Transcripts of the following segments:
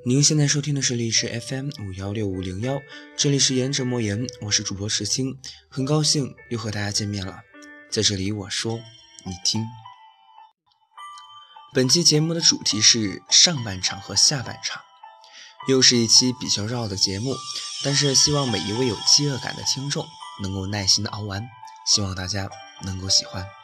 您现在收听的是荔枝 FM516501，这里是言者莫言，我是主播石青，很高兴又和大家见面了。在这里我说你听。本期节目的主题是上半场和下半场，又是一期比较绕的节目，但是希望每一位有饥饿感的听众能够耐心的熬完，希望大家能够喜欢。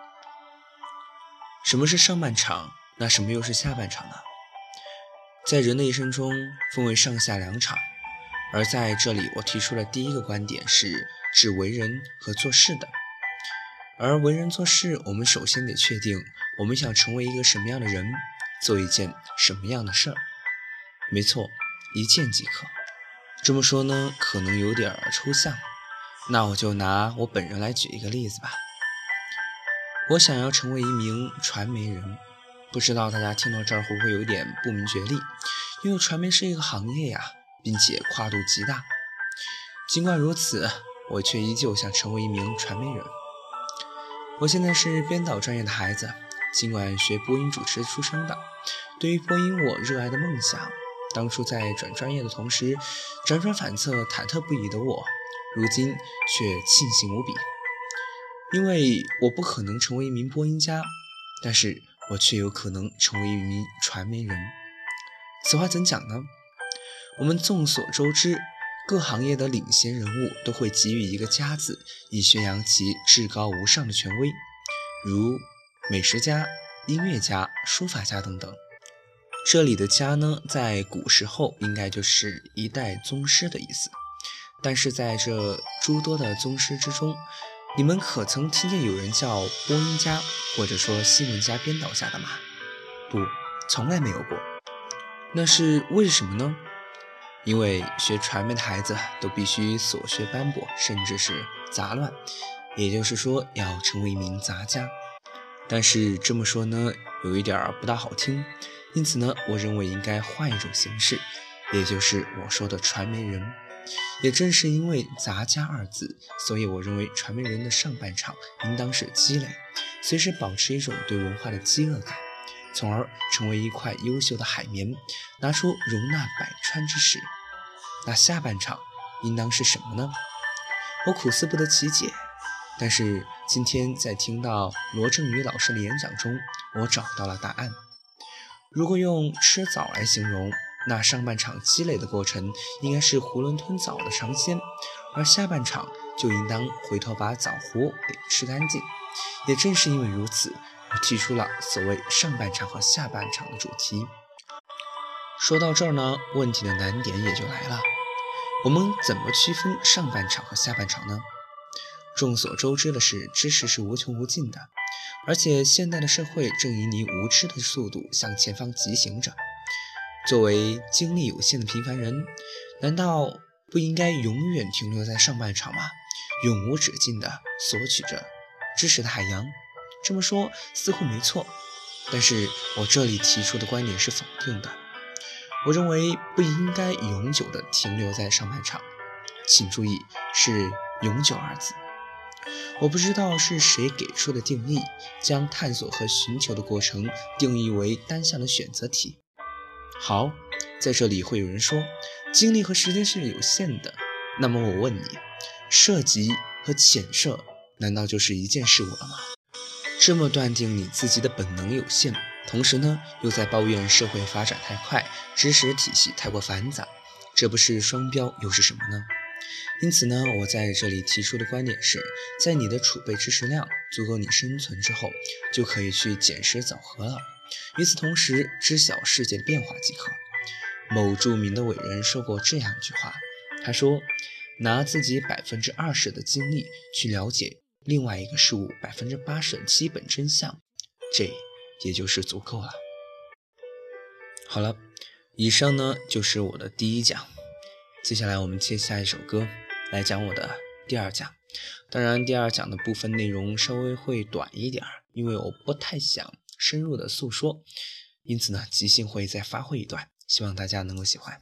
什么是上半场？那什么又是下半场呢？在人的一生中分为上下两场，而在这里我提出的第一个观点是指为人和做事的。而为人做事，我们首先得确定我们想成为一个什么样的人，做一件什么样的事儿。没错，一件即可。这么说呢，可能有点抽象，那我就拿我本人来举一个例子吧。我想要成为一名传媒人，不知道大家听到这儿会不会有一点不明觉厉，因为传媒是一个行业呀，并且跨度极大。尽管如此，我却依旧想成为一名传媒人。我现在是编导专业的孩子，尽管学播音主持出身的，对于播音我热爱的梦想，当初在转专业的同时，辗转反侧忐忑不已的我，如今却庆幸无比。因为我不可能成为一名播音家，但是我却有可能成为一名传媒人。此话怎讲呢？我们众所周知，各行业的领先人物都会给予一个家字，以宣扬其至高无上的权威，如美食家、音乐家、书法家等等。这里的家呢，在古时候应该就是一代宗师的意思。但是在这诸多的宗师之中，你们可曾听见有人叫播音家，或者说新闻家、编导家的吗？不，从来没有过。那是为什么呢？因为学传媒的孩子都必须所学斑驳，甚至是杂乱，也就是说要成为一名杂家。但是这么说呢，有一点不大好听，因此呢，我认为应该换一种形式，也就是我说的传媒人。也正是因为杂家二字，所以我认为传媒人的上半场应当是积累，随时保持一种对文化的饥饿感，从而成为一块优秀的海绵，拿出容纳百川之时。那下半场应当是什么呢？我苦思不得其解，但是今天在听到罗振宇老师的演讲中，我找到了答案。如果用吃枣来形容，那上半场积累的过程应该是囫囵吞枣的尝鲜，而下半场就应当回头把枣核给吃干净。也正是因为如此，我提出了所谓上半场和下半场的主题。说到这儿呢，问题的难点也就来了，我们怎么区分上半场和下半场呢？众所周知的是，知识是无穷无尽的，而且现代的社会正以你无知的速度向前方疾行着。作为精力有限的平凡人，难道不应该永远停留在上半场吗？永无止境地索取着知识的海洋。这么说似乎没错，但是我这里提出的观点是否定的。我认为不应该永久地停留在上半场，请注意是永久二字。我不知道是谁给出的定义，将探索和寻求的过程定义为单向的选择题。好，在这里会有人说，精力和时间是有限的。那么我问你，射击和潜射难道就是一件事物了吗？这么断定你自己的本能有限，同时呢，又在抱怨社会发展太快，知识体系太过繁杂，这不是双标又是什么呢？因此呢，我在这里提出的观点是，在你的储备知识量足够你生存之后，就可以去捡拾枣核了。与此同时，知晓世界的变化即可。某著名的伟人说过这样一句话，他说，拿自己20%的精力去了解另外一个事物80%的基本真相，这也就是足够了。好了，以上呢就是我的第一讲，接下来我们接下一首歌来讲我的第二讲。当然第二讲的部分内容稍微会短一点，因为我不太想深入的诉说，因此呢即兴会再发挥一段，希望大家能够喜欢。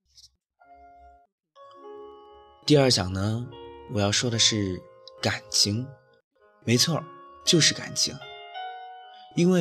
第二讲呢，我要说的是感情，没错，就是感情。因为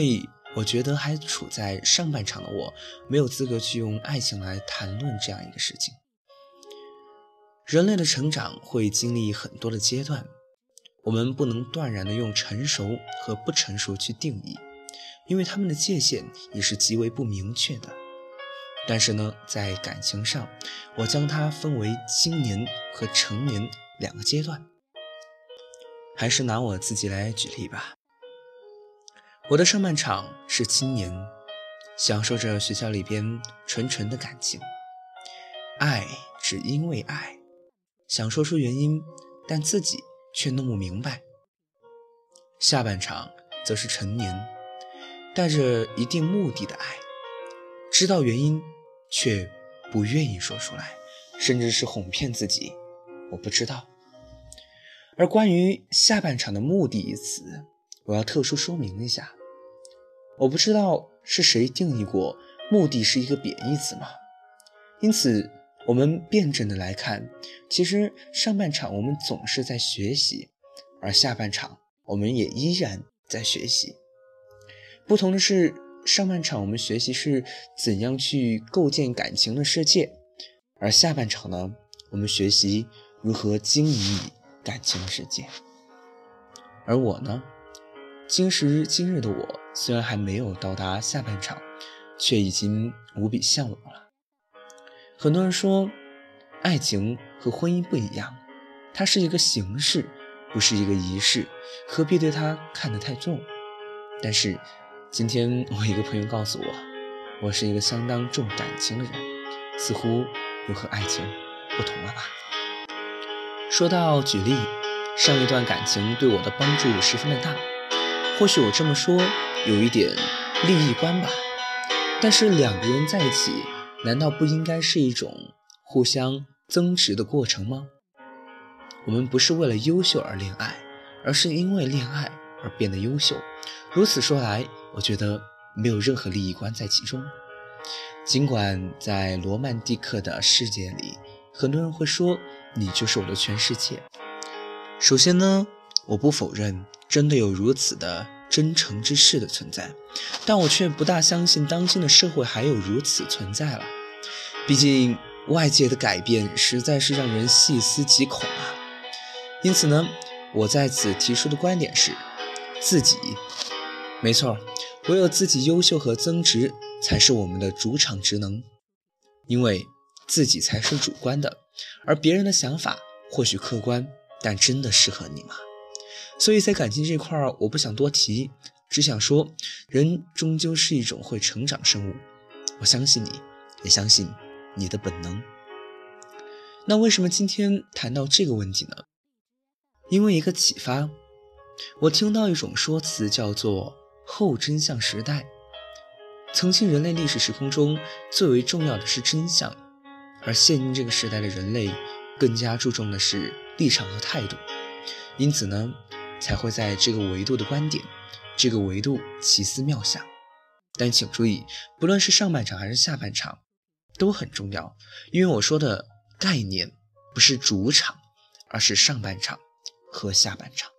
我觉得还处在上半场的我，没有资格去用爱情来谈论这样一个事情。人类的成长会经历很多的阶段，我们不能断然的用成熟和不成熟去定义，因为他们的界限也是极为不明确的。但是呢，在感情上，我将它分为青年和成年两个阶段。还是拿我自己来举例吧。我的上半场是青年，享受着学校里边纯纯的感情，爱只因为爱，想说出原因，但自己却弄不明白。下半场则是成年，带着一定目的的爱，知道原因却不愿意说出来，甚至是哄骗自己我不知道。而关于下半场的目的一词，我要特殊说明一下，我不知道是谁定义过目的是一个贬义词吗？因此我们辩证的来看，其实上半场我们总是在学习，而下半场我们也依然在学习。不同的是，上半场我们学习是怎样去构建感情的世界，而下半场呢，我们学习如何经营感情的世界。而我呢，今时今日的我，虽然还没有到达下半场，却已经无比向往了。很多人说，爱情和婚姻不一样，它是一个形式，不是一个仪式，何必对它看得太重？但是今天我一个朋友告诉我，我是一个相当重感情的人，似乎又和爱情不同了吧。说到举例，上一段感情对我的帮助十分的大，或许我这么说有一点利益观吧，但是两个人在一起，难道不应该是一种互相增值的过程吗？我们不是为了优秀而恋爱，而是因为恋爱而变得优秀。如此说来，我觉得没有任何利益观在其中。尽管在罗曼蒂克的世界里，很多人会说你就是我的全世界。首先呢，我不否认真的有如此的真诚之事的存在，但我却不大相信当今的社会还有如此存在了。毕竟外界的改变实在是让人细思极恐啊。因此呢，我在此提出的观点是，自己，没错，唯有自己优秀和增值才是我们的主场职能，因为自己才是主观的，而别人的想法或许客观，但真的适合你吗？所以在感情这块我不想多提，只想说，人终究是一种会成长生物，我相信你，也相信你的本能。那为什么今天谈到这个问题呢？因为一个启发，我听到一种说辞叫做后真相时代。曾经人类历史时空中最为重要的是真相，而现今这个时代的人类更加注重的是立场和态度，因此呢，才会在这个维度的观点，这个维度奇思妙想。但请注意，不论是上半场还是下半场都很重要，因为我说的概念不是主场，而是上半场和下半场。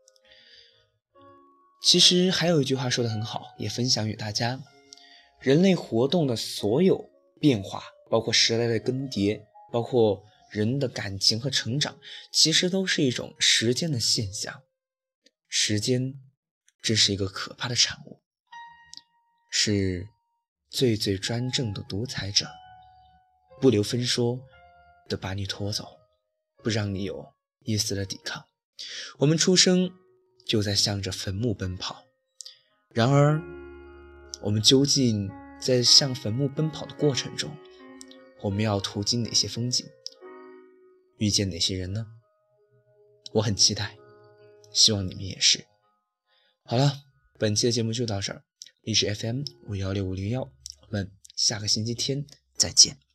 其实还有一句话说得很好，也分享与大家，人类活动的所有变化，包括时代的更迭，包括人的感情和成长，其实都是一种时间的现象。时间真是一个可怕的产物，是最最专政的独裁者，不留分说的把你拖走，不让你有一丝的抵抗。我们出生就在向着坟墓奔跑，然而我们究竟在向坟墓奔跑的过程中，我们要途经哪些风景，遇见哪些人呢？我很期待，希望你们也是。好了，本期的节目就到这儿，荔枝 FM 516501，我们下个星期天再见。